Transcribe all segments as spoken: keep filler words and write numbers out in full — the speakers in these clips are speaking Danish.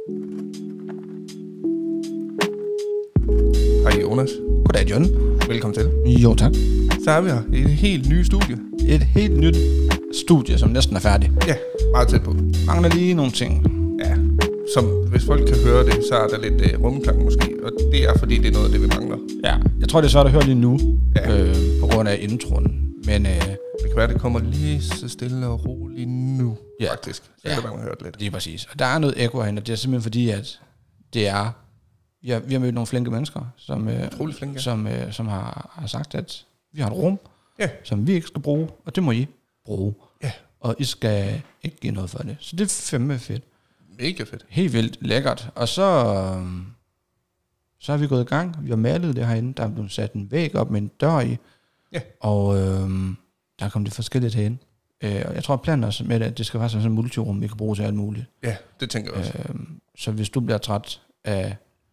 Hej Jonas. Goddag John. Velkommen til. Jo tak. Så er vi her i et helt nyt studie. Et helt nyt studie, som næsten er færdigt. Ja, meget tæt på. Mangler lige nogle ting. Ja, som hvis folk kan høre det, så er der lidt uh, rumklang måske. Og det er fordi, det er noget af det, vi mangler. Ja, jeg tror det er svært at høre lige nu, ja. øh, på grund af introen. Men øh, det kan være, det kommer lige så stille og roligt nu, ja. faktisk. Så ja. kan man høre det lidt. Lige præcis. Og der er noget ekko herinde, og det er simpelthen fordi, at det er... Vi har, vi har mødt nogle flinke mennesker, som, øh, flinke. som, øh, som har, har sagt, at vi har et rum, ja. som vi ikke skal bruge, og det må I bruge. Ja. Og I skal ikke give noget for det. Så det er fandme fedt. Mega fedt. Helt vildt lækkert. Og så, øh, så har vi gået i gang. Vi har malet det herinde. Der er blevet sat en væg op med en dør i. Ja. Og øh, der er kommet det forskelligt herinde. Øh, og jeg tror, at planen også med det, at det skal være sådan et multirum, vi kan bruge til alt muligt. Ja, det tænker jeg også. Øh, så hvis du bliver træt af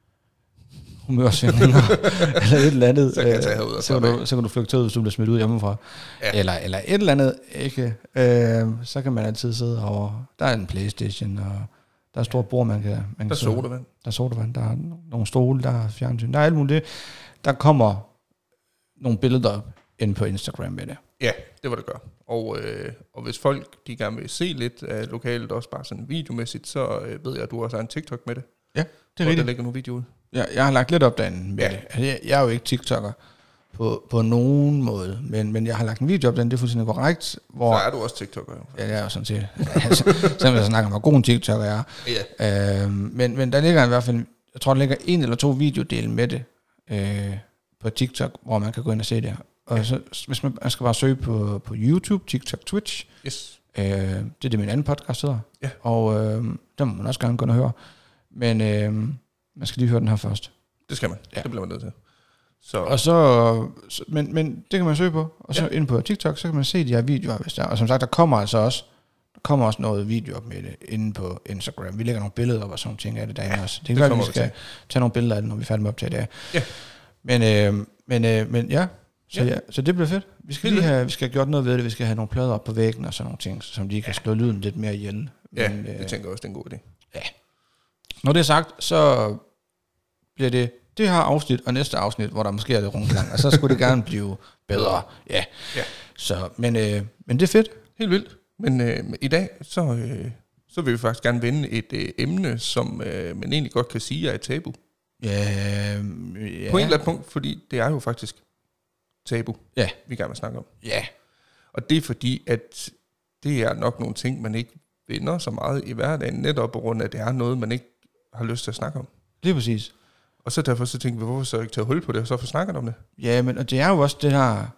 humørsvingninger eller et eller andet, så kan, jeg tage herud og så, kan du, så kan du flygte ud, hvis du bliver smidt ud hjemmefra. Ja. Eller, eller et eller andet, ikke? Øh, så kan man altid sidde over. Der er en PlayStation, og der er store bord, man kan... Man der er kan sodavand. Der er sodavand, der er nogle stole, der er fjernsyn, der er alt muligt. Der kommer nogle billeder op inde på Instagram med det. Ja, det var det gør. Og, øh, og hvis folk de gerne vil se lidt af lokalet, også bare sådan videomæssigt, så øh, ved jeg, at du også har en TikTok med det. Ja, det er rigtigt. Der ligger nogle videoer ud. Ja, jeg har lagt lidt op derinde med ja. det. Altså, jeg, jeg er jo ikke TikToker på, på nogen måde, men, men jeg har lagt en video op derinde, det er fuldstændig korrekt. Hvor, så er du også TikToker, jo. Ja, det er jo sådan set. Selvom jeg snakker om, hvor god en TikToker jeg er. Ja. Øh, men, men der ligger i hvert fald, jeg tror, der ligger en eller to videodele med det øh, på TikTok, hvor man kan gå ind og se det. Og ja. så, hvis man, man skal bare søge på, på YouTube, TikTok, Twitch. Yes. Øh, det er det, min anden podcast hedder. Ja. Og øh, der må man også gerne gå ind og høre. Men øh, man skal lige høre den her først. Det skal man. Ja. Det bliver man nødt til. Så. Og så, så men, men det kan man søge på. Og så ja. ind på TikTok, så kan man se de her videoer, hvis der. Og som sagt, der kommer altså også, der kommer også noget video op med det inde på Instagram. Vi lægger nogle billeder op og sådan nogle ting af det derinde ja, også. Det kan være, at vi skal til. tage nogle billeder af det, når vi er færdige med op til det. Ja. Men, øh, men, øh, men ja. Så, ja. ja, så det bliver fedt. Vi skal lige have, vi skal have gjort noget ved det. Vi skal have nogle plader op på væggen og sådan nogle ting, som de kan slå lyden lidt mere ihjel. Ja, men, øh, det tænker jeg også, det er en god idé. Ja. Når det er sagt, så bliver det det her afsnit og næste afsnit, hvor der måske er lidt rumklang, og så skulle det gerne blive bedre. Ja. ja. Så, men, øh, men det er fedt. Helt vildt. Men øh, i dag, så, øh, så vil vi faktisk gerne vende et øh, emne, som øh, man egentlig godt kan sige er et tabu. Ja, ja. På en eller anden punkt, fordi det er jo faktisk tabu, ja. vi gerne vil snakke om. Ja. Og det er fordi, at det er nok nogle ting, man ikke vinder så meget i hverdagen, netop på grund af, at det er noget, man ikke har lyst til at snakke om. Det er præcis. Og så derfor så tænker vi, hvorfor så ikke tage hul på det, og så få snakket om det? Ja, men og det er jo også det her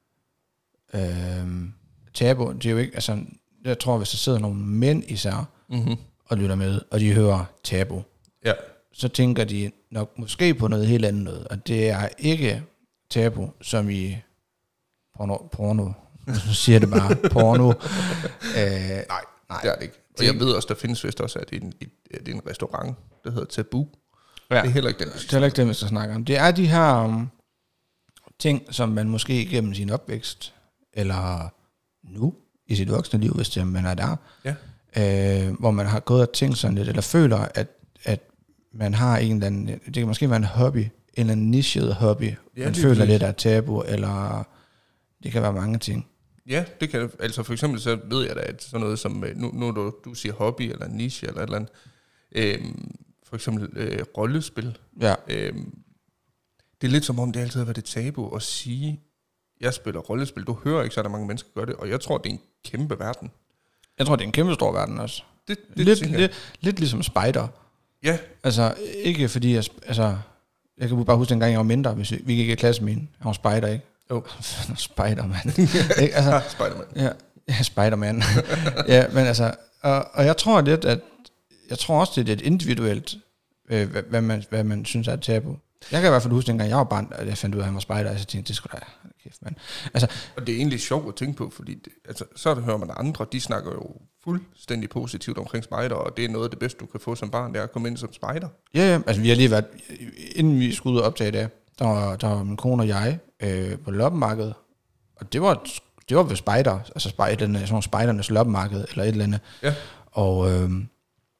øh, tabu. Det er jo ikke, altså, jeg tror, hvis der sidder nogle mænd især, mm-hmm. og lytter med, og de hører tabu, ja. så tænker de nok måske på noget helt andet noget. Og det er ikke tabu, som i porno, porno. Nu siger det bare, porno. øh, nej, nej, det er det ikke. Og jeg ved også, der findes vist også, at det er en, det er en restaurant, der hedder Tabu. Ja. Det er heller ikke den, det er heller ikke det, vi skal snakke om. Det er de her um, ting, som man måske igennem sin opvækst, eller nu i sit voksne liv, hvis det, man er der, ja. øh, hvor man har gået og tænkt sådan lidt, eller føler, at, at man har en eller anden, det kan måske være en hobby, en eller anden nichet hobby, ja, man føler lidt af tabu, eller det kan være mange ting. Ja, det kan altså for eksempel så ved jeg da, at sådan noget som, nu, nu du, du siger hobby, eller niche, eller et eller andet, øhm, for eksempel øh, rollespil. Ja. Øhm, det er lidt som om, det altid har været et tabu at sige, jeg spiller rollespil. Du hører ikke, så der mange mennesker gør det, og jeg tror, det er en kæmpe verden. Jeg tror, det er en kæmpe stor verden også. Det, det lidt, lidt, lidt ligesom Spider. Ja. Altså, ikke fordi, jeg, altså, jeg kan bare huske dengang, jeg var mindre, hvis vi, vi gik i klasse med en. Jeg var Spider, ikke? Jo. Oh. Spider-Man. altså, Spider-Man. Ja, ja Spider-Man. ja, men altså, og, og jeg tror lidt, at jeg tror også, det er lidt individuelt, øh, hvad, hvad, man, hvad man synes er et tabu. Jeg kan i hvert fald huske, dengang jeg var barn, at jeg fandt ud af, at han var spider, og så tænkte, det skulle da kæft, mand. Altså, og det er egentlig sjovt at tænke på, fordi det, altså, så hører man andre, de snakker jo fuldstændig positivt omkring spider, og det er noget af det bedste, du kan få som barn, det er at komme ind som spider. Ja, ja, altså vi har lige været, inden vi skulle ud og optage det, der var, der var min kone og jeg øh, på loppemarkedet, og det var, det var ved spider, altså spider, sådan spejdernes loppemarked, eller et eller andet. Ja. Og, øh,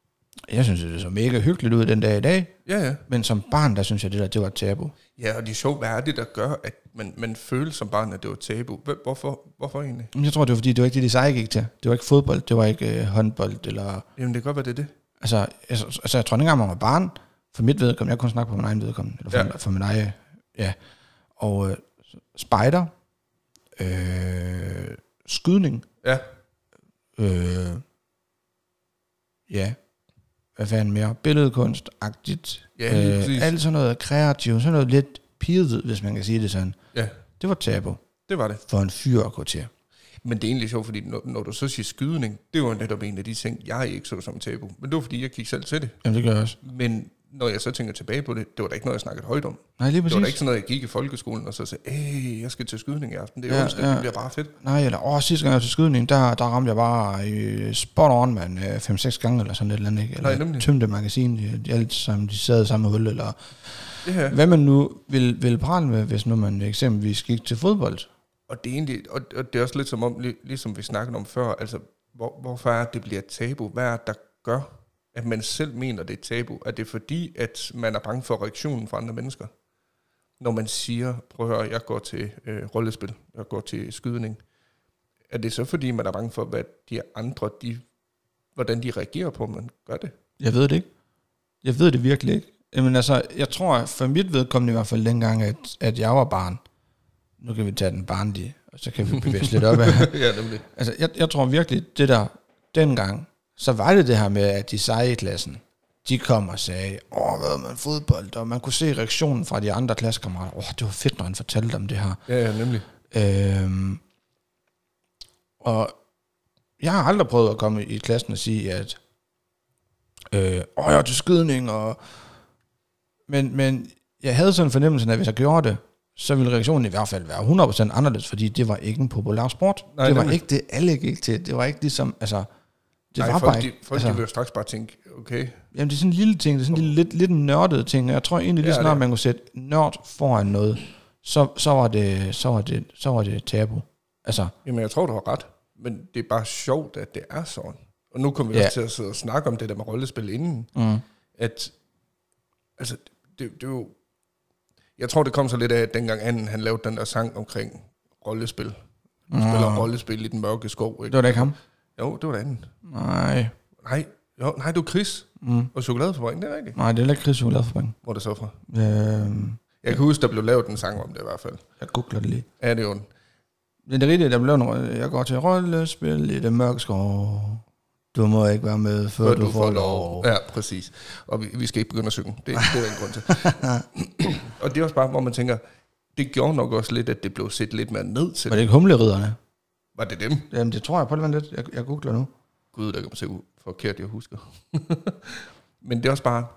Jeg synes, det så mega hyggeligt ud den dag i dag. Ja, ja. Men som barn, der synes jeg, det der, det var et tabu. Ja, og det er sjovt, hvad er det, der gør, at man, man føler som barn, at det var tabu? Hvorfor, hvorfor egentlig? Jeg tror, det var fordi, det var ikke det, de seje gik til. Det var ikke fodbold, det var ikke øh, håndbold, eller... Jamen, det kan godt være, det er det. Altså, jeg, altså, jeg tror ikke engang, man var barn. For mit vedkommende, jeg kunne snakke på min egen vedkommende, eller for, ja. for min egen, ja. Og øh, spejder, øh, skydning, ja, øh, ja, hvad fanden mere, billedkunst-agtigt, ja, øh, alt sådan noget kreativt, sådan noget lidt piget, hvis man kan sige det sådan. Ja. Det var tabu. Det var det. For en fyr at gå til. Men det er egentlig sjovt, fordi når, når du så siger skydning, det var netop en af de ting, jeg ikke så som tabu. Men det var fordi, jeg kiggede selv til det. Jamen, det gør jeg også. Men når jeg så tænker tilbage på det, det var da ikke noget, jeg snakkede højt om. Nej, lige præcis. Det var da ikke sådan noget, jeg gik i folkeskolen og så sagde, hey, jeg skal til skydning i aften. Det er ja, onsdag, ja. Det bliver bare fedt. Nej, eller åh, sidste gang jeg var til skydning, der, der ramte jeg bare i spot on, man, fem seks gange eller sådan et eller andet, ikke? Eller Nej, tømte magasin, de, de, alt sammen, de sad i samme hul, eller ja. Hvad man nu vil, vil prale med, hvis nu man eksempelvis gik til fodbold. Og det er egentlig, og, og det er også lidt som om, ligesom vi snakkede om før, altså, hvor, hvorfor er det, det bliver tabu? Hvad er det, der gør, at man selv mener, det er tabu? Er det fordi, at man er bange for reaktionen fra andre mennesker? Når man siger, prøv at høre, jeg går til øh, rollespil, jeg går til skydning. Er det så fordi, man er bange for, hvad de andre, de, hvordan de reagerer på, at man gør det? Jeg ved det ikke. Jeg ved det virkelig ikke. Jamen altså, jeg tror, for mit vedkommende i hvert fald dengang, at, at jeg var barn. Nu kan vi tage den barnlige, og så kan vi bevæge os lidt op af. Ja, nemlig. Altså, jeg, jeg tror virkelig, det der, dengang, så var det det her med, at de seje i klassen, de kom og sagde, åh, hvad er man fodbold? Og man kunne se reaktionen fra de andre klassekammerater. Åh, det var fedt, når han fortalte om det her. Ja, ja, nemlig. Øhm, og jeg har aldrig prøvet at komme i klassen og sige, at øh, åh, jeg er til skydning, og men, men jeg havde sådan en fornemmelse af, at hvis jeg gjorde det, så ville reaktionen i hvert fald være hundrede procent anderledes, fordi det var ikke en populær sport. Nej, det var nemlig ikke det, alle gik til. Det var ikke ligesom, altså, det Nej, var folk, bare de, ikke. folk altså, de vil jo straks bare tænke, okay. Jamen, det er sådan en lille ting, det er sådan en lille, lidt, lidt en nørdet ting, og jeg tror egentlig, lige ja, snart man kunne sætte nørd foran noget, så, så, var det, så, var det, så var det tabu. Altså. Jamen, jeg tror, du har ret, men det er bare sjovt, at det er sådan. Og nu kommer vi ja. også til at sidde og snakke om det der med rollespil inden, mm. at, altså, det, det er jo, jeg tror, det kom så lidt af, at dengang anden, han lavede den der sang omkring rollespil. Du mm. spiller rollespil i den mørke skov. Ikke? Det var da ikke ham? Jo, det var det anden. Nej. Nej, jo, nej, det var Chris mm. og Chokoladefabrikken, det er rigtigt. Nej, det er heller ikke Chris Chokoladefabrikken. Hvor er det så fra? Øhm, jeg kan huske, der blev lavet en sang om det i hvert fald. Jeg googler det lige. Ja, det er jo en. Det er rigtigt, der blev lavet, jeg går til rollespil i den mørke skov. Du må ikke være med, før, før du, du får lov. lov. Ja, præcis. Og vi, vi skal ikke begynde at synge. Det, det er der en grund til. Og det er også bare, hvor man tænker, det gjorde nok også lidt, at det blev set lidt mere ned til. Var det ikke humleridderne? Var det dem? Jamen, det tror jeg på det lidt. Jeg, jeg googler nu. Gud, der kan man se forkert, jeg husker. Men det er også bare,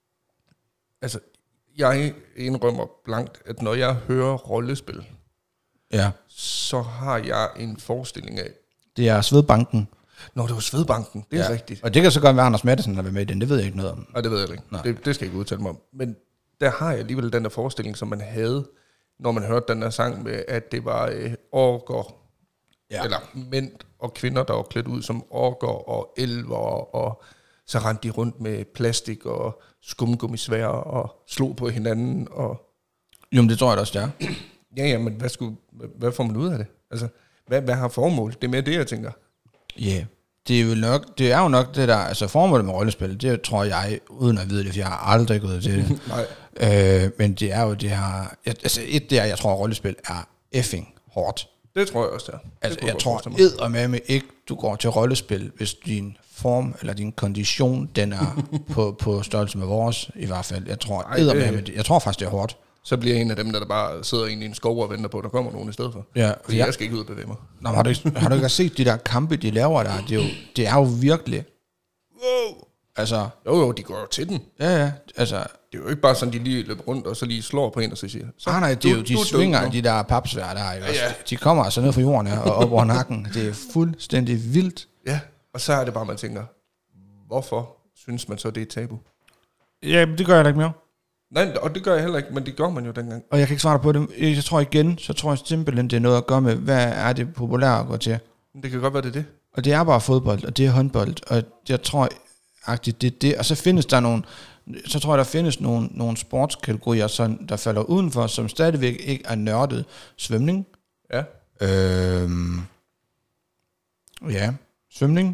altså, jeg indrømmer blankt, at når jeg hører rollespil, ja. så har jeg en forestilling af. Det er Svedbanken. Nå, det var Svedbanken, det er ja. rigtigt. Og det kan så godt være, Anders Madsen har været med i den, det ved jeg ikke noget om. Nej, det ved jeg ikke. Det, det skal jeg ikke udtale mig om. Men der har jeg alligevel den der forestilling, som man havde, når man hørte den der sang med, at det var øh, orker, ja. eller mænd og kvinder, der var klædt ud som orker og elver, og så rendte de rundt med plastik og skumgummisvær og slog på hinanden. Og jo, men det tror jeg da også, det er. ja, ja, men hvad, skulle, hvad får man ud af det? Altså, hvad, hvad har formål? Det er mere det, jeg tænker. Ja, yeah. det er jo nok, det er jo nok det der, altså formålet med rollespil, det tror jeg, uden at vide det, for jeg har aldrig gået til det. Nej. Øh, men det er jo det her, altså et der, jeg tror, rollespil er effing hårdt. Det tror jeg også, det er. Altså, jeg, jeg tror eddermame ikke, du går til rollespil, hvis din form eller din kondition, den er på, på størrelse med vores, i hvert fald. Jeg tror eddermame, det, jeg tror faktisk, det er hårdt. Så bliver en af dem, der bare sidder inde i en skov og venter på, at der kommer nogen i stedet for. Ja, fordi jeg, jeg skal ikke ud og bevæge mig. Nå, har, du ikke, har du ikke set de der kampe, de laver der? Det er jo, det er jo virkelig. Wow. Altså, jo, jo, de går jo til den. Ja, ja. Altså, det er jo ikke bare sådan, de lige løber rundt, og så lige slår på en, og så siger, så, ah, nej, det er jo, de svinger, de der papsvær der. Ja, ja. De kommer altså ned fra jorden her, og op over nakken. Det er fuldstændig vildt. Ja, og så er det bare, man tænker, hvorfor synes man så, det er tabu? Ja, det gør jeg da ikke mere. Nej, og det gør jeg heller ikke, men det gør man jo dengang. Og jeg kan ikke svare dig på det. Jeg tror igen, så tror jeg simpelthen, det er noget at gøre med, hvad er det populære at gå til. Det kan godt være, det er det. Og det er bare fodbold, og det er håndbold. Og jeg tror, agtigt det, det, og så findes der nogle, så tror jeg, der findes nogle, nogle sportskategorier, som, der falder udenfor, som stadigvæk ikke er nørdet. Svømning. Ja. Øhm, ja, svømning.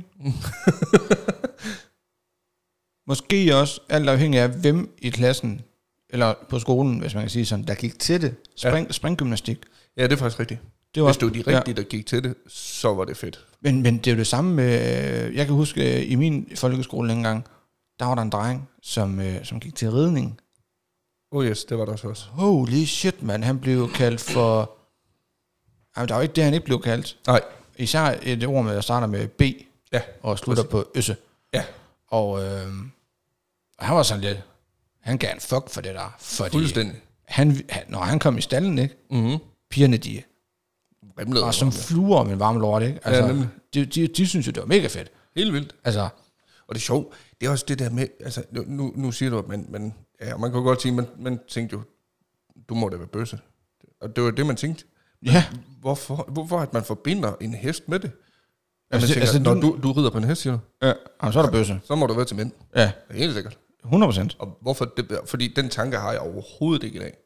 Måske også, alt afhængig af, hvem i klassen, eller på skolen, hvis man kan sige sådan, der gik til det. Spring, ja. Springgymnastik. Ja, det er faktisk rigtigt. Det var Hvis også, du de rigtige, ja. der gik til det, så var det fedt. Men, men det er jo det samme med, jeg kan huske, i min folkeskole engang, der var der en dreng, som, øh, som gik til ridning. Oh yes, det var der også. Holy shit, man. Han blev kaldt for... Jamen, der var ikke det, han ikke blev kaldt. Nej. Især et ord, med, der starter med B, ja. og slutter Præcis. på øsse. Ja. Og øh, han var sådan lidt... Han gav en fuck for det der. Fordi Fuldstændig. Han, han, når han kom i stallen, ikke? Mm-hmm. Pigerne, de Rimlede var som fluer om en varme lort, ikke? Altså, ja, de, de, de synes jo, det var mega fedt. Helt vildt. Altså... Og det er sjovt, det er også det der med, altså nu, nu siger du, at man, man, ja, man kan godt sige, man, man tænkte jo, du må da være bøsse. Og det var det, man tænkte. Ja. Hvorfor, hvorfor at man forbinder en hest med det? Altså, man tænker, altså, når du, du, du rider på en hest, siger du? Ja, og så er der bøsse. Så må du være til mænd. Ja. Det er helt sikkert. hundrede procent. Og hvorfor det? Fordi den tanke har jeg overhovedet ikke i dag.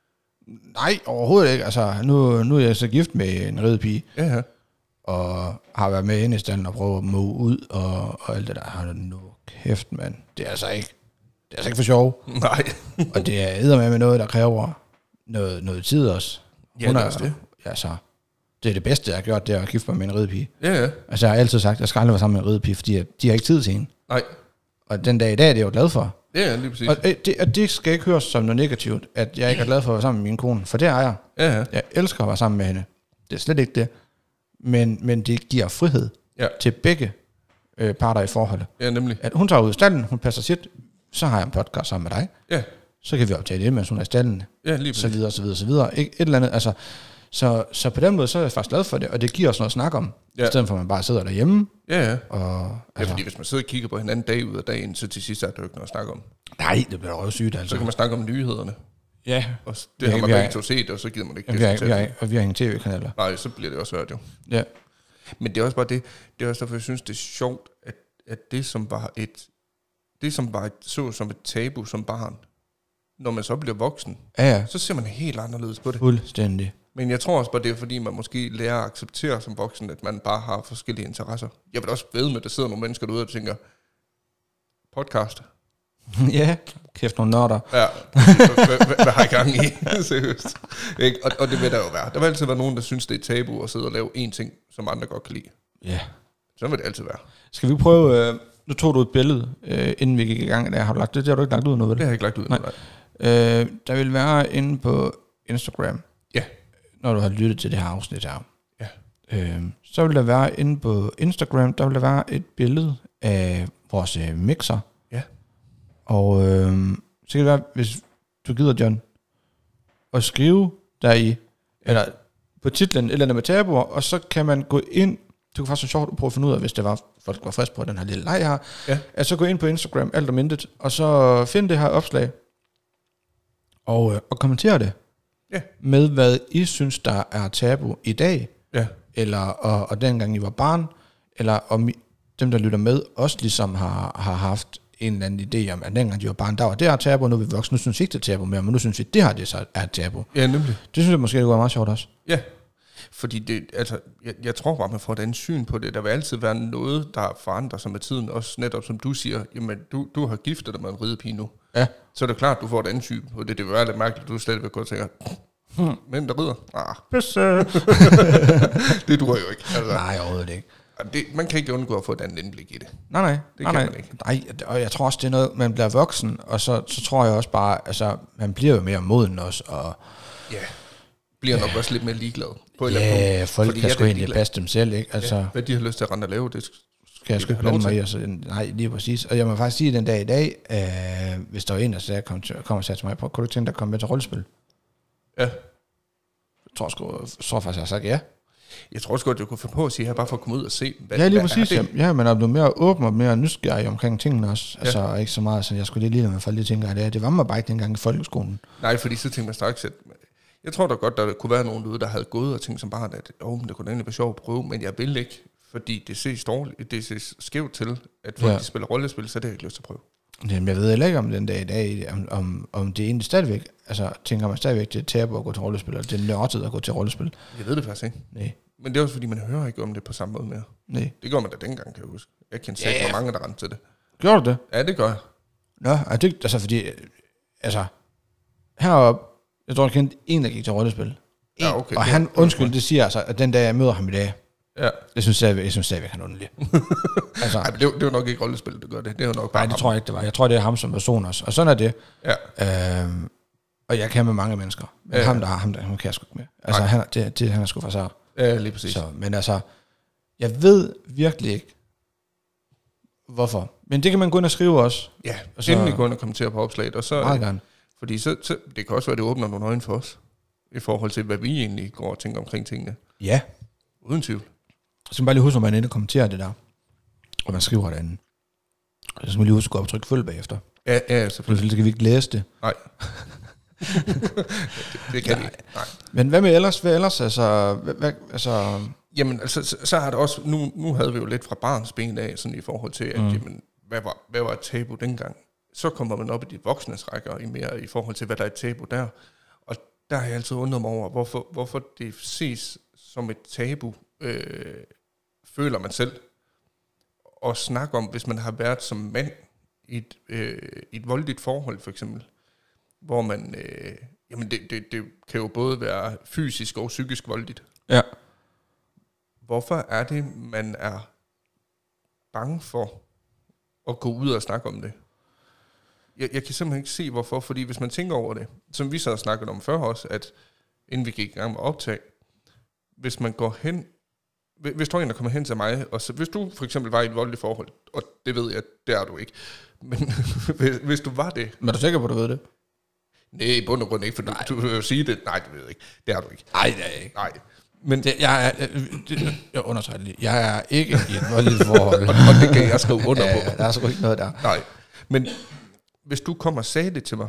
Nej, overhovedet ikke. Altså, nu, nu er jeg så gift med en ridepige. Ja, ja. Og har været med inde i stallen og prøvet at måge ud, og, og alt det der. Har det nu kæft, mand. Det er altså ikke, det er altså ikke for sjov. Nej. Og det er eddermame med noget, der kræver noget, noget tid også. Ja, det er også det. Altså, det er det bedste, jeg har gjort, det er at gifte mig med en ridepige. Ja, ja. Altså, jeg har altid sagt, at jeg skal aldrig være sammen med en ridepige, fordi de har ikke tid til hende. Nej. Og den dag i dag, det er jeg jo glad for. Ja, lige præcis. Og det, og det skal ikke høres som noget negativt, at jeg ikke er glad for at være sammen med min kone, for det er jeg. Ja, ja. Jeg elsker at være sammen med hende. Det er slet ikke det. Men, men det giver frihed ja. til begge øh, parter i forholdet. Ja, nemlig. At hun tager ud i stallen, hun passer sit, så har jeg en podcast sammen med dig. Ja. Så kan vi optage det, mens hun er i stallen. Ja, lige præcis. Så videre, så videre, så videre. Ikke et eller andet, altså... Så, så på den måde, så er jeg faktisk glad for det, og det giver os noget at snakke om, ja. I stedet for at man bare sidder derhjemme. Ja, ja. Og, altså, ja, fordi hvis man sidder og kigger på hinanden dag ud af dagen, så til sidst er der jo ikke noget at snakke om. Nej, det bliver jo sygt, altså. Så kan man snakke om nyhederne. Ja. Og det har man jo ikke to set, og så gider man ikke det. Vi har, og vi har ingen tv-kanaler. Nej, så bliver det også hørt jo. Ja. Men det er også bare det, det er også derfor, jeg synes, det er sjovt, at, at det som var et, det som var et, så som et tabu som barn, når man så bliver voksen, ja, ja. så ser man helt anderledes på det. Fuldstændig. Men jeg tror også bare, det er fordi, man måske lærer at acceptere som voksen, at man bare har forskellige interesser. Jeg vil også ved med, at der sidder nogle mennesker derude og tænker, podcast. Ja, kæft nogle nørder. Ja, hvad har I gang i? Seriøst. Ikke? Og, og det vil der jo være. Der vil altid være nogen, der synes, det er tabu at sidde og lave én ting, som andre godt kan lide. Ja. Sådan vil det altid være. Skal vi prøve, øh, nu tog du et billede, øh, inden vi gik i gang. Der har du lagt det, det har du ikke lagt ud nu, vel? Det har jeg ikke lagt ud. Nej. Øh, der vil være inde på Instagram. Ja. Når du har lyttet til det her afsnit her. Ja. Øh, så vil der være inde på Instagram, der vil der være et billede af vores øh, mixer. Ja. Og øh, så kan det være, hvis du gider, John, at skrive der i, ja. eller på titlen, et eller andet med tabuer, og så kan man gå ind, det kunne faktisk være sjovt at prøve at finde ud af, hvis det var, folk var frisk på den her lille leg her, ja. at så gå ind på Instagram, alt om intet, og så find det her opslag, og, øh, og kommentere det. Ja. Med hvad I synes, der er tabu i dag, ja. eller og, og dengang I var barn, eller om I, dem, der lytter med, også ligesom har, har haft en eller anden idé om, at dengang de var barn, der var det her tabu, og nu er vi voksne, nu synes vi ikke, det er tabu mere, men nu synes vi, det her det så er et tabu. Ja, nemlig. Det synes jeg måske, det var meget sjovt også. Ja, fordi det, altså, jeg, jeg tror bare, man får et andet syn på det. Der vil altid være noget, der forandrer sig med tiden, også netop som du siger, jamen, du, du har giftet dig med en ridepige nu. Ja. Så er det klart, du får et andet syn på det. Det vil være lidt mærkeligt, at du slet vil gå og tænke, hmm, mænd der rider? Ah. Det duer jo ikke. Altså. Nej, overhovedet ikke. Det, man kan ikke undgå at få et andet indblik i det. Nej, nej. Det nej, kan nej. man ikke. Nej, og jeg tror også, det er noget, man bliver voksen, og så, så tror jeg også bare, altså, man bliver jo mere moden også, og... Ja, bliver nok også lidt mere ligeglad. På ja, folk kan sgu egentlig passe dem selv, ikke? Altså, ja, hvad de har lyst til at rende og lave, det skal jeg sgu ikke blande mig i. Altså, nej, lige præcis. Og jeg må faktisk sige den dag i dag, øh, hvis der var en, der sagde, kom, til, kom og sagde til mig, kunne du ikke tænke dig at komme med til rollespil? Ja. Jeg tror, sgu, jeg tror faktisk, jeg har sagt ja. Jeg tror også godt, du kunne finde på at sige her, bare for at komme ud og se, hvad, ja, lige hvad præcis, er det? Ja, men jeg blev mere åben og mere nysgerrig omkring tingene også. Ja. Altså, ikke så meget, så jeg skulle lige lide, at folk lige tænker, at det, det var mig bare ikke dengang i folkeskolen. Nej, fordi så tænkte man straks, at jeg tror da godt, der kunne være nogen derude, der havde gået og tænkt som barn, at oh, det kunne egentlig være sjovt at prøve, men jeg vil ikke, fordi det ses dårligt, det ses skævt til, at folk Ja. de spiller rollespil, så det har jeg ikke lyst til at prøve. Jamen, jeg ved heller ikke om den dag i dag, om, om, om det egentlig stadigvæk, altså tænker man stadigvæk, det er tabu at gå til rollespil, eller det er nørdet at gå til rollespil. Jeg ved det faktisk ikke. Nej. Men det er også fordi, man hører ikke om det på samme måde mere. Nej. Det gør man da dengang, kan jeg huske. Jeg kendte sikkert, Ja. hvor mange, der rendte til det. Gjorde du det? Ja, det gør jeg. Nå, er det, altså fordi, altså, heroppe, jeg tror, jeg kendte en, der gik til rollespil. En, Ja, okay. og Det- han, undskyld, det siger altså, at den dag, jeg møder ham i dag, Ja. jeg synes stadigvæk, jeg synes stadigvæk, han er underlig. altså, Nej, men det, var- det var nok ikke rollespil, der gør det. Det er jo nok bare nej, det ham. tror jeg ikke, det var. Jeg tror, det er ham som person også. Og sådan er det. Ja. Øhm, og jeg kan med mange mennesker. Men Ja, ja. ham, der har ham, der ham kan jeg sgu ikke med. Altså, Nej. han, er- det, det, han er sgu for sig. Ja, lige præcis. Så, men altså, jeg ved virkelig ikke, hvorfor. Men det kan man gå ind og skrive også. Ja, Og så så- endelig gå ind og kommentere på opslaget. Og så, Meget gerne. fordi så, så, det kan også være, det åbner nogle øjne for os, i forhold til, hvad vi egentlig går og tænker omkring tingene. Ja. Uden tvivl. Så skal man bare lige huske, at man er inde og kommenterer det der. Og man skriver derinde. Og så skal man lige huske at gå op og trykke følg bagefter. Ja, ja, For selvfølgelig. så kan vi ikke læse det. Nej. det, det kan vi ikke. Nej. Men hvad med ellers? Hvad ellers? Altså, hvad, hvad, altså Jamen, altså, så, så har det også, nu, nu havde vi jo lidt fra barns ben af, sådan i forhold til, at, mm. jamen, hvad var, hvad var et tabu dengang? Så kommer man op i de voksnes rækker i mere i forhold til, hvad der er et tabu der. Og der har jeg altid undret mig over, hvorfor, hvorfor det ses som et tabu, øh, føler man selv, at snakke om, hvis man har været som mand i et, øh, i et voldeligt forhold, for eksempel, hvor man, øh, jamen det, det, det kan jo både være fysisk og psykisk voldeligt. ja. Hvorfor er det, man er bange for at gå ud og snakke om det? Jeg, jeg kan simpelthen ikke se, hvorfor. Fordi hvis man tænker over det, som vi så har snakket om før også, at inden vi gik i gang med optag, hvis man går hen, hvis der er en, der kommer hen til mig, og så, hvis du for eksempel var i et voldeligt forhold, og det ved jeg, det er du ikke, men hvis, hvis du var det, Men er du sikker på, at du ved det? nej, i bund og grund ikke, for du, du vil jo sige det, nej, det ved jeg ikke, det er du ikke. Nej, det er jeg ikke. Nej, men Det, jeg, er, det, jeg understreger det lige. Jeg er ikke i et voldeligt forhold. og, og det kan jeg skrive under på. Ja, der er sgu ikke noget der. Nej, men hvis du kommer og sagde det til mig,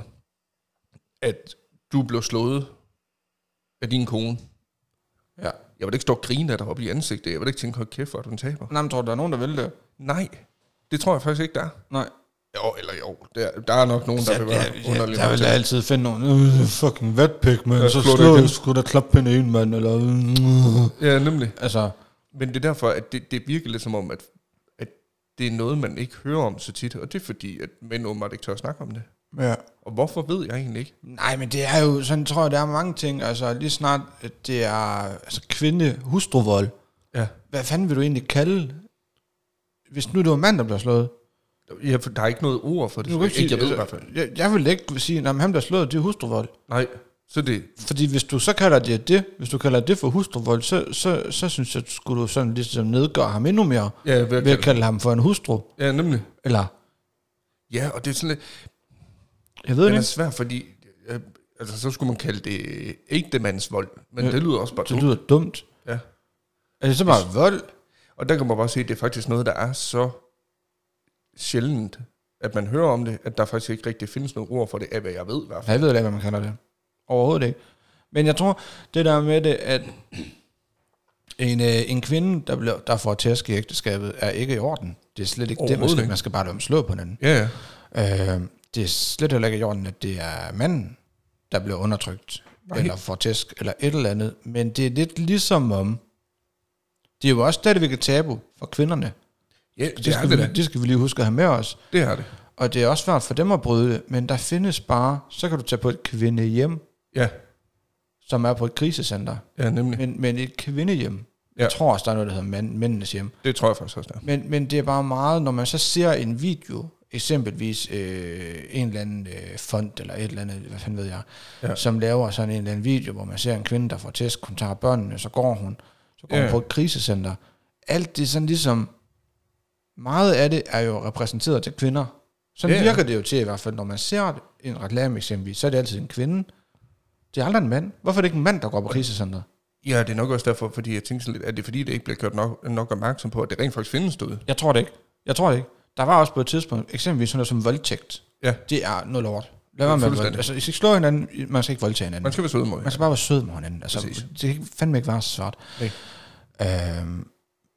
at du blev slået af din kone, Ja. jeg vil ikke stå og grine af dig op i ansigtet, jeg vil ikke tænke, hold kæft, hvor er du en taber. Nej, men tror du, der er nogen, der vil det? Nej, det tror jeg faktisk ikke, der er. Nej. Jo, eller jo, der, der er nok nogen, der vil være ja, underligt. jeg vil da altid finde nogen, øh, fucking vatpik, man, Ja, så slå det slår igen. jeg sgu da klap på en mand, eller... Øh. Ja, nemlig. Altså, Men det er derfor, at det, det virker lidt som om, at, at det er noget, man ikke hører om så tit, og det er fordi, at mænd åbenbart ikke tør at snakke om det. ja. Og hvorfor ved jeg egentlig ikke? Nej, men det er jo, sådan tror jeg, der er mange ting. Altså, lige snart, at det er altså, kvinde-hustruvold. Ja. Hvad fanden vil du egentlig kalde, hvis nu det var mand, der bliver slået? Ja, for der er ikke noget ord for det. Du kan ikke sige, jeg ved i altså, hvert fald. jeg, jeg vil ikke sige, at ham, der er slået, det er hustruvold. Nej, så det... Fordi hvis du så kalder det det, hvis du kalder det for hustruvold, så, så, så synes jeg, at skulle du sådan ligesom nedgøre ham endnu mere, Ja, ved at ved at kalde, kalde ham for en hustru. ja, nemlig. Eller, Ja, og det er sådan lidt... jeg ved Det det er ikke. svært, fordi... Øh, altså, så skulle man kalde det ægtemandsvold. Men Ja, det lyder også bare Det dumt. lyder dumt. Ja. Er det så bare vold? Og der kan man bare se, at det er faktisk noget, der er så sjældent, at man hører om det, at der faktisk ikke rigtig findes noget ord for det, af hvad jeg ved i hvert fald. Jeg ved ikke, hvad man kalder det. Overhovedet ikke. Men jeg tror, det der med det, at en, øh, en kvinde, der, bliver, der får tæsk i ægteskabet, er ikke i orden. Det er slet ikke det, man Overhovedet skal, ikke. man skal bare lade dem slå på hinanden. Ja, ja. Øh, det er slet heller ikke i orden, at det er manden, der bliver undertrykt, Nej. eller får tæsk, eller et eller andet. Men det er lidt ligesom om, det er jo også stadigvæk et tabu for kvinderne. Ja, Det, det, det, er skal det vi, da. det skal vi lige huske at have med os. Det er det. Og det er også svært for dem at bryde det, men der findes bare, så kan du tage på et kvindehjem, Ja, som er på et krisecenter. ja, nemlig. Men, men et kvindehjem, Ja. jeg tror også, der er noget, der hedder mænd, mændenes hjem. Det tror jeg faktisk også, der er. Men, men det er bare meget, når man så ser en video, eksempelvis øh, en eller anden øh, fond, eller et eller andet, hvad fanden ved jeg, Ja. ja. som laver sådan en eller anden video, hvor man ser en kvinde, der får tæsk, hun tager børnene, så går hun, så går Ja. hun på et krisecenter. Alt det er sådan ligesom, meget af det er jo repræsenteret til kvinder. Sådan Ja. virker det jo til i hvert fald, når man ser en reklame eksempelvis, så er det altid en kvinde. Det er aldrig en mand. Hvorfor er det ikke en mand, der går på krisecenteret? Ja, det er nok også derfor, fordi jeg tænker sådan lidt, at det er fordi, det ikke bliver gjort nok, nok opmærksom på, at det rent faktisk findes derude. Jeg tror det ikke. Jeg tror det ikke. Der var også på et tidspunkt, eksempelvis sådan noget som voldtægt. Ja. Det er noget lort. Lad være med at Fuldstændig. vold. Altså, I skal slå hinanden, man skal ikke voldtage hinanden. Man skal være sød mod Man skal bare være sød med hinanden. Altså, Præcis. det kan fandme ikke være så svært. Nej. Øhm,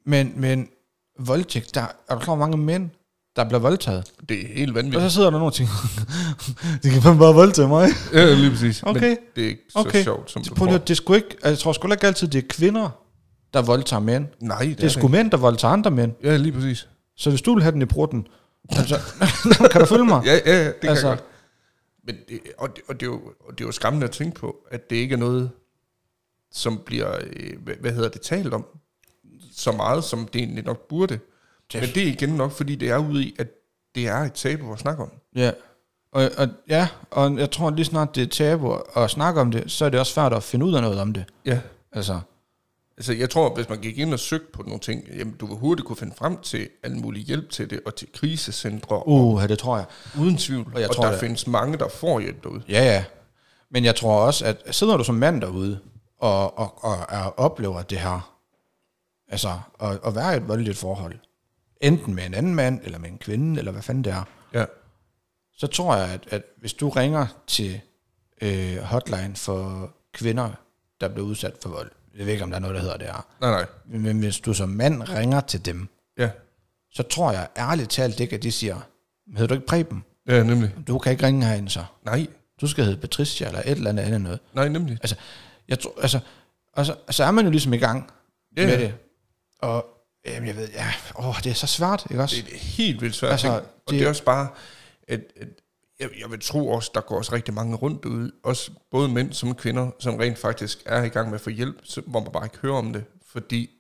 Men, men voldtægt, der er du klar, mange mænd, der bliver voldtaget. Det er helt vanvittigt. Og så sidder der nogen og tænker, de kan fandme bare voldtage mig. Ja, lige præcis. Okay. Men det er ikke så okay. sjovt, som så du tror. tror. Det er sgu ikke, altså, jeg tror sgu ikke altid, det er kvinder, der voldtager mænd. Nej, det, det er, er sgu mænd, der voldtager andre mænd. Ja, lige præcis. Så hvis du vil have den i prutten, altså, kan du følge mig? Ja, ja, ja, det kan altså, jeg godt. Men det, og, det, og, det er jo, og det er jo skræmmende at tænke på, at det ikke er noget, som bliver, hvad, hvad hedder det, talt om, så meget, som det egentlig nok burde. Men det er igen nok, fordi det er ude i, at det er et tabu at snakke om. Ja, og, og, ja, og jeg tror lige snart det er tabu at snakke om det, så er det også svært at finde ud af noget om det. Ja. Altså, altså jeg tror, hvis man gik ind og søgte på nogle ting, jamen du vil hurtigt kunne finde frem til al mulig hjælp til det, og til krisecentre. Uh, det tror jeg. Uden tvivl. Og, jeg og tror, der det. findes mange, der får hjælp derude. Ja, ja. Men jeg tror også, at sidder du som mand derude, og, og, og, og oplever det her, altså at, at være i et voldeligt forhold, enten med en anden mand, eller med en kvinde, eller hvad fanden det er, ja. så tror jeg, at, at hvis du ringer til øh, hotline for kvinder, der bliver udsat for vold, jeg ved ikke, om der er noget, der hedder det her, Nej, nej. men hvis du som mand ringer til dem, ja. så tror jeg ærligt talt ikke, at de siger, hedder du ikke Preben? Ja, nemlig. Du kan ikke ringe herinde så. Nej. Du skal hedde Patricia, eller et eller andet andet noget. Nej, nemlig. Altså, jeg tror, altså, og så, så er man jo ligesom i gang ja. med det. Og jamen, jeg ved, ja, åh, det er så svært, ikke også? Det er helt vildt svært. Altså, og det, det er også bare, at, at jeg, jeg vil tro også, der går også rigtig mange rundt ud, også både mænd som kvinder, som rent faktisk er i gang med at få hjælp, hvor man bare ikke hører om det, fordi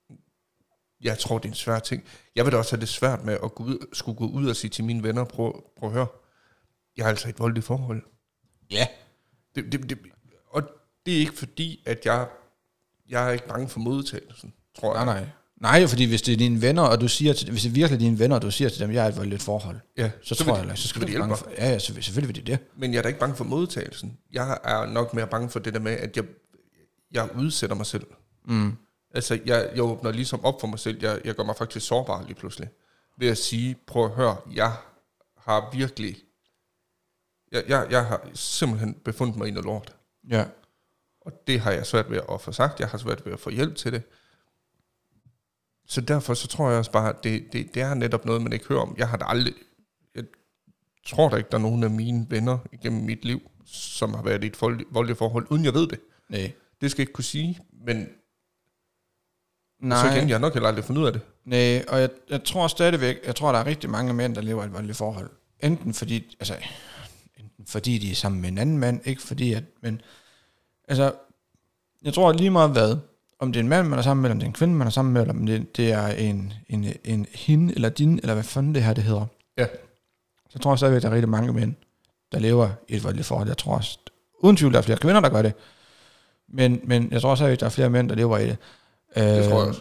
jeg tror, det er en svær ting. Jeg vil da også have det svært med at gå ud, skulle gå ud og sige til mine venner, prøv, prøv at høre, jeg har altså et voldeligt forhold. Ja. Det, det, det, og det er ikke fordi, at jeg, jeg er ikke bange for modtagelsen, tror jeg. Nej, nej. Nej, fordi hvis det er dine venner, og du siger til, hvis det virkelig er dine venner, og du siger til dem, jeg er et voldeligt forhold, ja, så, så tror de, jeg, så skal så du bange for, ja, ja, selvfølgelig vil de det. Men jeg er da ikke bange for modtagelsen. Jeg er nok mere bange for det der med, at jeg, jeg udsætter mig selv. Mm. Altså, jeg, jeg åbner ligesom op for mig selv. Jeg, jeg gør mig faktisk sårbar lige pludselig. Ved at sige, prøv at høre, jeg har virkelig, jeg, jeg, jeg har simpelthen befundet mig i noget lort. Ja. Og det har jeg svært ved at få sagt. Jeg har svært ved at få hjælp til det. Så derfor så tror jeg også bare, at det, det, det er netop noget, man ikke hører om. Jeg har da aldrig, jeg tror da ikke, der er nogen af mine venner igennem mit liv, som har været i et voldeligt forhold, uden jeg ved det. Nej. Det skal jeg ikke kunne sige, men nej. Så igen, jeg har nok heller aldrig fundet ud af det. Nej, og jeg, jeg tror stadigvæk, jeg tror, der er rigtig mange mænd, der lever i et voldeligt forhold. Enten fordi, altså, enten fordi de er sammen med en anden mand, ikke fordi at, men, altså, jeg tror lige meget hvad, om det er en mand, man er sammen med, eller om det er en kvinde, man er sammen med, eller om det, det er en, en, en hende, eller din, eller hvad fanden det her, det hedder. Ja. Så tror jeg stadigvæk, der er rigtig mange mænd, der lever i et voldeligt forhold. Jeg tror også, uden tvivl, der er flere kvinder, der gør det. Men, men jeg tror også, at der er flere mænd, der lever i det. Det øh, tror jeg også.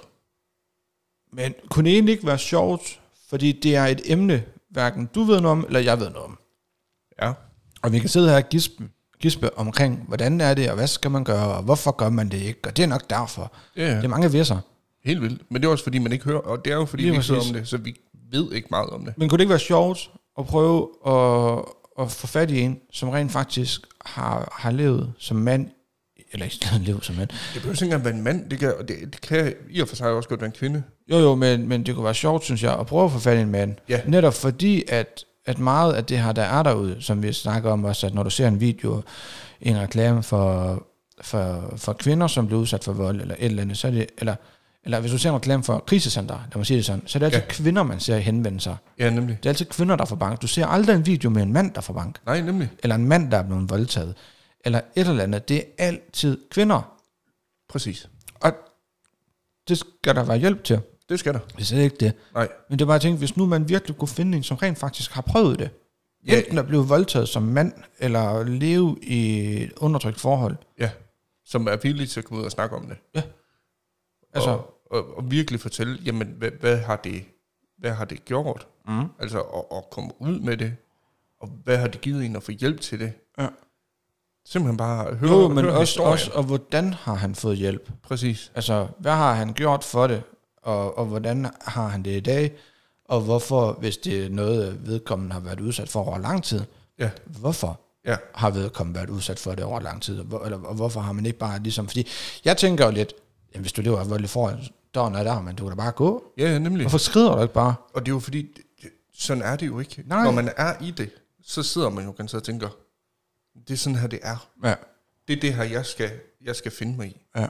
Men kunne det egentlig ikke være sjovt, fordi det er et emne, hverken du ved noget om, eller jeg ved noget om. Ja. Og vi kan sidde her og gispe, gispe omkring, hvordan er det, og hvad skal man gøre, og hvorfor gør man det ikke, og det er nok derfor. Ja. Det er mange visser. Helt vildt. Men det er også fordi, man ikke hører, og det er jo fordi, Lige vi ikke hører præcis. om det, så vi ved ikke meget om det. Men kunne det ikke være sjovt at prøve at, at få fat i en, som rent faktisk har, har levet som mand, eller ikke levet som mand. Det behøver ikke engang være en mand, det kan, det, det kan i og for sig også godt være en kvinde. Jo jo, men, men det kunne være sjovt, synes jeg, at prøve at få fat i en mand. Ja. Netop fordi, at, at meget af det her, der er derude, som vi snakker om også, at når du ser en video, en reklame for, for, for kvinder, som bliver udsat for vold, eller et eller andet, så er det, eller, eller hvis du ser en reklame for krisecenter, lad mig sige det sådan, så er det altid ja. kvinder, man ser henvende sig. Ja, nemlig. Det er altid kvinder, der får bank. Du ser aldrig en video med en mand, der får bank. Nej, nemlig. Eller en mand, der er blevet voldtaget. Eller et eller andet. Det er altid kvinder. Præcis. Og det skal der være hjælp til. Det skal der. Det er ikke det. Nej. Men det er bare at tænke, hvis nu man virkelig kunne finde en, som rent faktisk har prøvet det. Ja. Enten at blive voldtaget som mand, eller leve i et undertrykt forhold. Ja. Som er villig til at komme ud og snakke om det. Ja. Altså. Og, og, og virkelig fortælle, jamen, hvad, hvad har det, hvad har det gjort? Mm. Altså, at, at komme ud med det. Og hvad har det givet en at få hjælp til det? Ja. Simpelthen bare høre, Jo, men høre også, historien. også, og hvordan har han fået hjælp? Præcis. Altså, hvad har han gjort for det? Og, og hvordan har han det i dag? Og hvorfor, hvis det er noget, vedkommende har været udsat for over lang tid, Ja. hvorfor Ja. har vedkommende været udsat for det over lang tid? Hvor, eller, og hvorfor har man ikke bare ligesom... Fordi jeg tænker jo lidt, jamen, hvis du lever af voldeligt forhold, døren er der, men du kan da bare gå. Ja, ja, nemlig. Hvorfor skrider du ikke bare? Og det er jo fordi, sådan er det jo ikke. Nej. Når man er i det, så sidder man jo ganske og tænker, det er sådan her, det er. Ja. Det er det her, jeg skal, jeg skal finde mig i. Ja.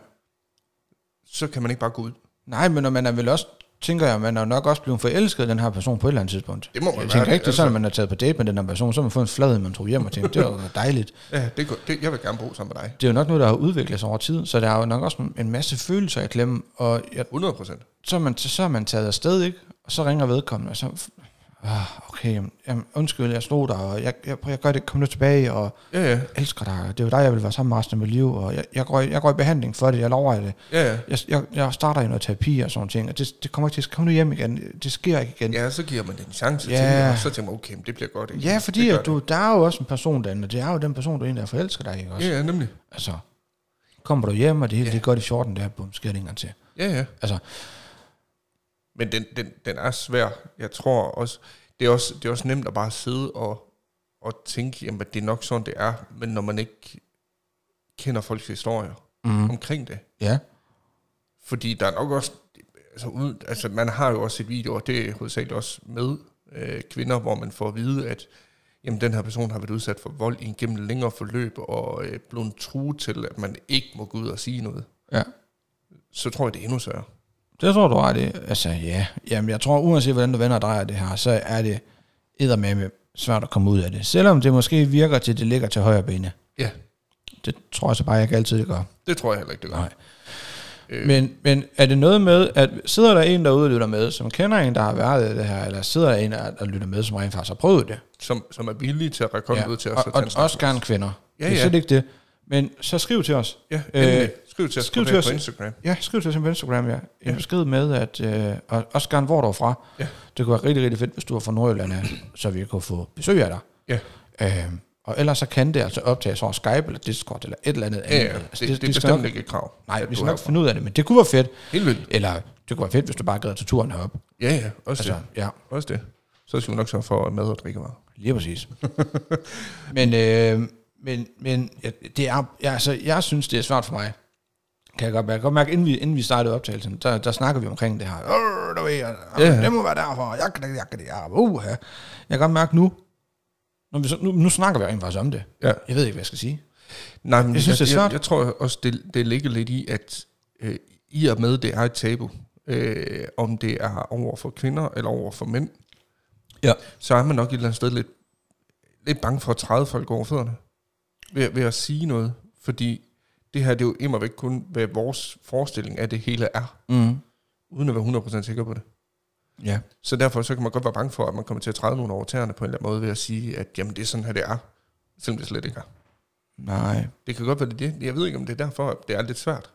Så kan man ikke bare gå ud. Nej, men når man er vel også, tænker jeg, man er nok også blevet forelsket den her person på et eller andet tidspunkt. Det må man jeg være. tænker ikke, det er altså. sådan, at man er taget på date med den her person, så har man fået en flad, man tog hjem og tænkte, det var dejligt. Ja, det, det, jeg vil gerne bo sammen med dig. Det er jo nok noget, der har udviklet sig over tid, så der er jo nok også en masse følelser i klemme, og jeg, hundrede procent. så, er man, så er man taget afsted, ikke? Og så ringer vedkommende, og så, ah, okay, jamen, undskyld, jeg stod der, og jeg, jeg, jeg gør det, kom nu tilbage, og Ja, ja. jeg elsker dig, det er jo dig, jeg vil være sammen med resten af mit liv, og jeg, jeg, går, i, jeg går i behandling for det, jeg lover det. Ja, ja. Jeg, jeg, jeg starter i noget terapi og sådan ting, og det, det kommer ikke til at komme nu hjem igen, det sker ikke igen. Ja, så giver man det en chance Ja. til det, og så tænker man, okay, det bliver godt. Ikke? Ja, fordi Det gør at du, der er jo også en person derinde, og det er jo den person, du egentlig er forelsket dig i også. Ja, ja, nemlig. Altså, kommer du hjem, og det hele Ja. det er godt i fjorten dage, bum, sker det ikke engang til. Ja, ja. Altså, Men den, den, den er svær. Jeg tror også, det er også, det er også nemt at bare sidde og, og tænke, jamen, det er nok sådan, det er, men når man ikke kender folks historier mm, omkring det. ja, Fordi der er nok også, altså, ud, altså man har jo også set videoer, det er hovedsageligt også med øh, kvinder, hvor man får at vide, at jamen, den her person har været udsat for vold i en gennem længere forløb, og øh, blevet truet til, at man ikke må gå ud og sige noget. ja. Så tror jeg, det er endnu sværere. Det tror du ret i. Altså, ja. Jamen, jeg tror, uanset hvordan du vender og drejer det her, så er det eddermame svært at komme ud af det. Selvom det måske virker til, at det ligger til højre bene. Ja, Det tror jeg så bare ikke altid, det gør. det tror jeg heller ikke, det gør. Nej. Øh, Men, men er det noget med, at sidder der en derude og lytter med, som kender en, der har været i det her, eller sidder der en, der lytter med, som rent faktisk har prøvet det? som, som er villige til at række hånden ud til os. og, og, og også gerne kvinder. Ja, Det er ja. slet ikke det. Men så skriv til os. Ja, Øh, endelig. Skriv til os skriv på, til os. på Instagram. Ja, skriv til os på Instagram, ja. En Ja. besked med, at, øh, og også gerne hvor du er fra. Ja. Det kunne være rigtig, rigtig fedt, hvis du er fra Nordjylland, af, så vi kunne få besøg af dig. Ja. Øh, og ellers så kan det altså optages over Skype eller Discord eller et eller andet. Ja, ja. andet. Det, det, det er skal bestemt nok, ikke et krav. nej, vi du skal har nok fra. finde ud af det, men det kunne være fedt. Helt vildt. Eller det kunne være fedt, hvis du bare gad til turen herop. Ja, ja. Også Altså, det. ja, Også det. Så skal vi nok sørge for mad og drikkevarer. lige præcis. men øh, men, men ja, det er, ja, altså, jeg synes, det er svært for mig. Kan jeg godt mærke. Jeg kan godt mærke, inden vi, inden vi startede optagelsen, der, der snakker vi omkring det her. Øh, du ved, jeg, Ja. det må være derfor. Jeg kan det, jeg kan det, jeg uh, Jeg kan godt mærke nu, når vi, så- nu, nu snakker vi rent faktisk om det. Ja. Jeg ved ikke, hvad jeg skal sige. Nej, men Jeg synes, det er jeg, svært. jeg tror også, det, det ligger lidt i, at øh, i og med, det er et tabu, øh, om det er over for kvinder eller over for mænd, Ja. så er man nok et eller andet sted lidt, lidt bange for at træde folk over fødderne ved, ved at sige noget. Fordi det her, det er jo immer væk kun, hvad vores forestilling af det hele er, Mm. uden at være hundrede procent sikker på det. Ja. Så derfor så kan man godt være bange for, at man kommer til at træde nogen over tæerne på en eller anden måde ved at sige, at jamen, det er sådan her, det er, selvom det slet ikke er. Nej. Det kan godt være det, er det. Jeg ved ikke, om det er derfor, at det er lidt svært.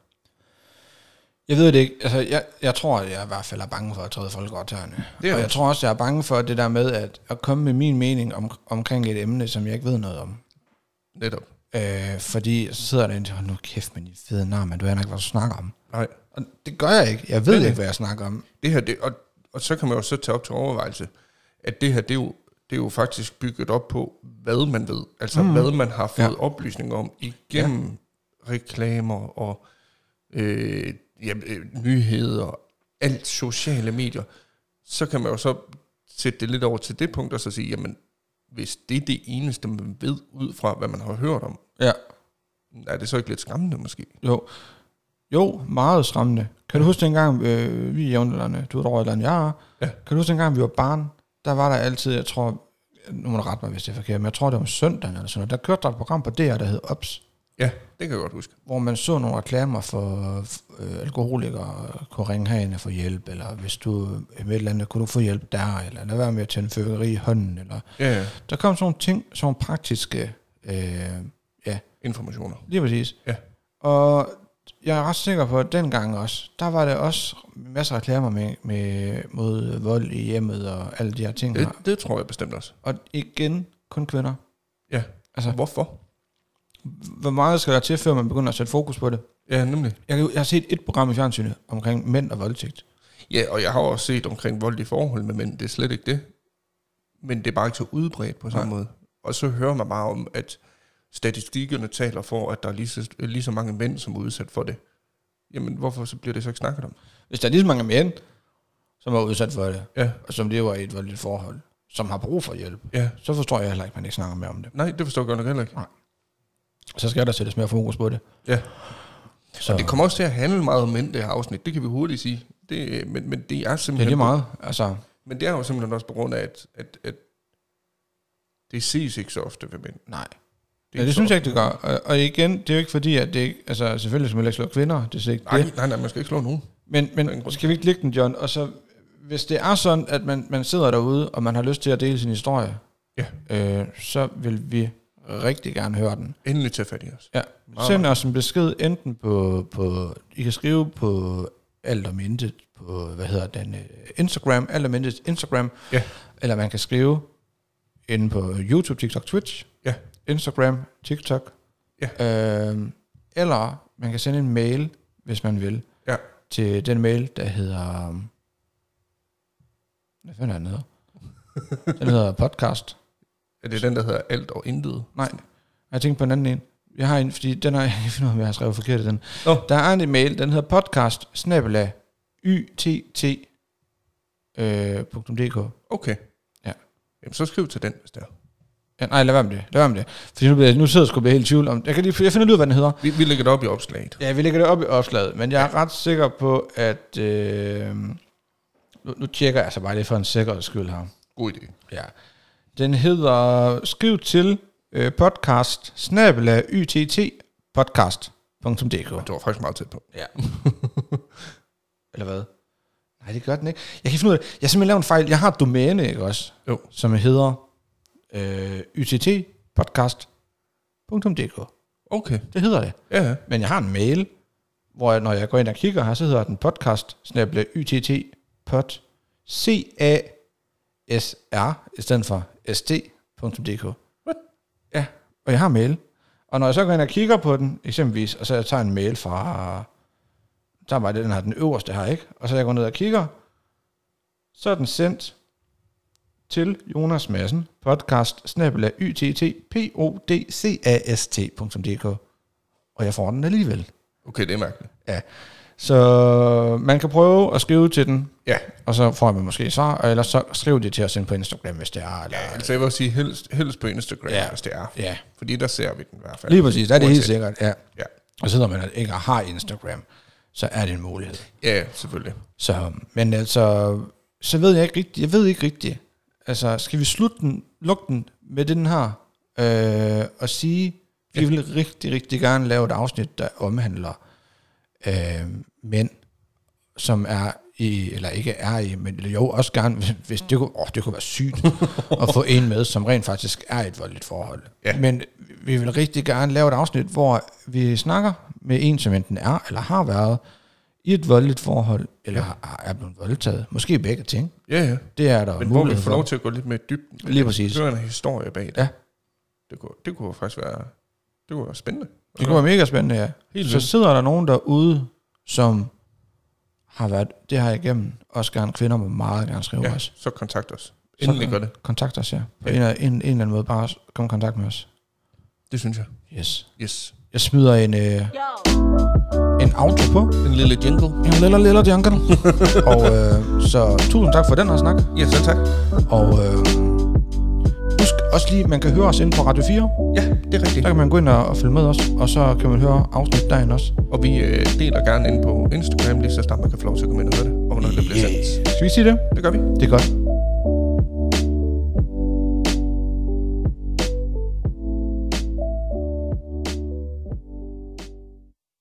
Jeg ved det ikke. Altså, jeg, jeg tror, at jeg i hvert fald er bange for at træde folk over tæerne. Det er Og jeg også. tror også, jeg er bange for det der med at, at komme med min mening om, omkring et emne, som jeg ikke ved noget om. Netop. Øh, fordi så sidder der en til, hold nu kæft, men I fede nar, men du aner ikke, hvad du snakker om. Nej. Og det gør jeg ikke. Jeg ved Nej, nej. ikke, hvad jeg snakker om. Det her, det, og, og så kan man jo så tage op til overvejelse, at det her, det er jo, det er jo faktisk bygget op på, hvad man ved. Altså, mm. hvad man har fået Ja. ja. oplysninger om igennem ja. reklamer og øh, ja, øh, nyheder, alt sociale medier. Så kan man jo så sætte det lidt over til det punkt, og så sige, jamen, hvis det er det eneste, man ved ud fra, hvad man har hørt om, Ja. er det så ikke lidt skræmmende måske? Jo. Jo, meget skræmmende. Kan du huske dengang, øh, vi er jævnaldrende, du er et år ældre end jeg er. Ja. Kan du huske dengang, vi var barn? Der var der altid, jeg tror, nu må du rette mig, hvis det er forkert, men jeg tror, det var om søndagen eller sådan noget. Der kørte der et program på D R, der hed Ops, Ja, det kan jeg godt huske. hvor man så nogle reklamer for øh, alkoholikere, kunne ringe herind og få hjælp, eller hvis du er med et eller andet, kunne du få hjælp der, eller lad være med at tænde fyrværkeri i hånden, eller Ja, ja. der kom sådan nogle ting, sådan nogle praktiske, øh, ja, Informationer. lige præcis. Ja. Og jeg er ret sikker på, at dengang også, der var det også masser af reklamer med, med, mod vold i hjemmet og alle de her ting Det, her. det tror jeg bestemt også. Og igen, kun kvinder. Ja. Altså, Hvorfor? hvor meget skal der til, før man begynder at sætte fokus på det? Ja, nemlig. Jeg, kan- jeg har set et program i fjernsynet omkring mænd og voldtægt. Ja, og jeg har også set omkring vold i forhold med mænd, det er slet ikke det. Men det er bare ikke så udbredt på samme Nej. måde. Og så hører man bare om, at statistikkerne taler for, at der er lige så, lige så mange mænd, som er udsat for det, jamen hvorfor så bliver det så ikke snakket om? Hvis der er lige så mange mænd, som er udsat for det, Ja. og som lever i et voldeligt forhold, som har brug for hjælp, Ja. så forstår jeg heller ikke, at man ikke snakker mere om det. Nej, det forstår jeg godt nok heller ikke. Nej. Så skal der sættes mere fokus på det. Ja. Så Og det kommer også til at handle meget om mænd, det her afsnit. Det kan vi hurtigt sige. Det, men, men det er det er simpelthen... lige meget. Altså, Men det er jo simpelthen også på grund af, at, at, at det ses ikke så ofte ved mænd. nej. Det, Ja, det synes jeg ikke, det gør. Og, og igen, det er jo ikke fordi, at det ikke... Altså, selvfølgelig skal man ikke slå kvinder, det er ikke nej, det. nej, nej, man skal ikke slå nogen. Men, men skal vi ikke lægge den, John? Og så, hvis det er sådan, at man, man sidder derude, og man har lyst til at dele sin historie, Ja. øh, så vil vi rigtig gerne høre den. Endelig tage fat i os. Ja. Send os en besked enten på, på... I kan skrive på alt om intet på, hvad hedder den, Instagram, alt om intet Instagram, Ja. eller man kan skrive inde på YouTube, TikTok, Twitch, Ja. Instagram, TikTok, Ja. øh, eller man kan sende en mail, hvis man vil, Ja. til den mail, der hedder... Hvad fanden er den hedder? Den hedder podcast. Er det den, der hedder alt og intet? Nej, jeg tænkte på en anden en. Jeg har en, fordi den er, jeg kan finde ud af, om jeg har skrevet forkert i den. Oh. Der er en mail, den hedder podcast snabel-a ytt punktum d k. Okay. Ja. Jamen, så skriv til den, hvis det er. Ja, nej, lad være med det. Lad være med det. Fordi nu, nu sidder jeg sgu helt i tvivl om... Jeg, kan lige, jeg finder ud af, hvad den hedder. Vi, vi lægger det op i opslaget. Ja, vi lægger det op i opslaget, men jeg er ret sikker på, at... Øh, nu, nu tjekker jeg så bare lige for en sikkerheds skyld her. God idé. Ja. Den hedder... Skriv til øh, podcast snabel-a ytt podcast punktum d k. Det var faktisk meget tæt på. Ja. Eller hvad? Nej, det gør den ikke. Jeg kan finde ud af det. Jeg har simpelthen lavet en fejl. Jeg har et domæne, ikke også? Jo. Som hedder øh, ytt podcast punktum d k. Okay. Det hedder det. Ja, ja. Men jeg har en mail, hvor jeg, når jeg går ind og kigger her, så hedder den podcast snabel-a ytt pod c a s r i stedet for s t punktum d k. What? Ja, og jeg har mail. Og når jeg så går ind og kigger på den, eksempelvis, og så jeg tager en mail fra, så er bare det, den her, den øverste her, ikke? Og så jeg går ned og kigger, så er den sendt til Jonas Madsen, podcast snabel-a ytt podcast punktum d k. Og jeg får den alligevel. Okay, det er mærkeligt. Ja. Så man kan prøve at skrive til den, Ja. og så får man måske svar, eller så skriv det til os ind på Instagram, hvis det er. Eller, Ja, altså jeg vil sige helst, helst på Instagram, Ja. hvis det er. ja, Fordi der ser vi den i hvert fald. lige præcis, der er det helt Uanset. sikkert, ja. Ja. Og sidder man ikke og har Instagram, så er det en mulighed. Ja, selvfølgelig. Så, men altså, så ved jeg ikke rigtigt, jeg ved ikke rigtigt, altså, skal vi slutte den, lukke den med den her, øh, og sige, vi vil rigtig, rigtig gerne lave et afsnit, der omhandler øh, mænd, som er i, eller ikke er i, men eller jo også gerne, hvis, hvis det, kunne, åh, det kunne være sygt at få en med, som rent faktisk er i et voldeligt forhold. Ja. Men vi vil rigtig gerne lave et afsnit, hvor vi snakker med en, som enten er, eller har været i et voldeligt forhold, eller ja. er blevet voldtaget. Måske begge ting. Ja, ja. Det er der Men hvor vi mulighed får for. lov til at gå lidt mere dybt. Lige præcis. Det er en historie bag det. Ja. Det kunne, det kunne faktisk være, det kunne være spændende. Det kunne være mega spændende, ja. Helt Så vildt. sidder der nogen derude, som har været det her igennem, også gerne kvinder må meget gerne skrive Ja, os. så kontakt os. Endelig Så gør det. kontakt os, ja. På Ja. en, en, en eller anden måde, bare kom i kontakt med os. Det synes jeg. Yes. Yes. Jeg smider en, øh, en outro på. En lille jingle. En lille, lille jungle. Og øh, så tusind tak for den her snak. Ja, selv tak. Og øh, husk også lige, man kan høre os inde på Radio fire. Ja, det er rigtigt. Der kan man gå ind og, og følge med os, og så kan man høre afsnit derinde også. Og vi øh, deler gerne ind på Instagram, lige så snart man kan få lov til at komme ind og høre det, og hvornår det bliver sendt. Skal vi sige det? Det gør vi. Det er godt.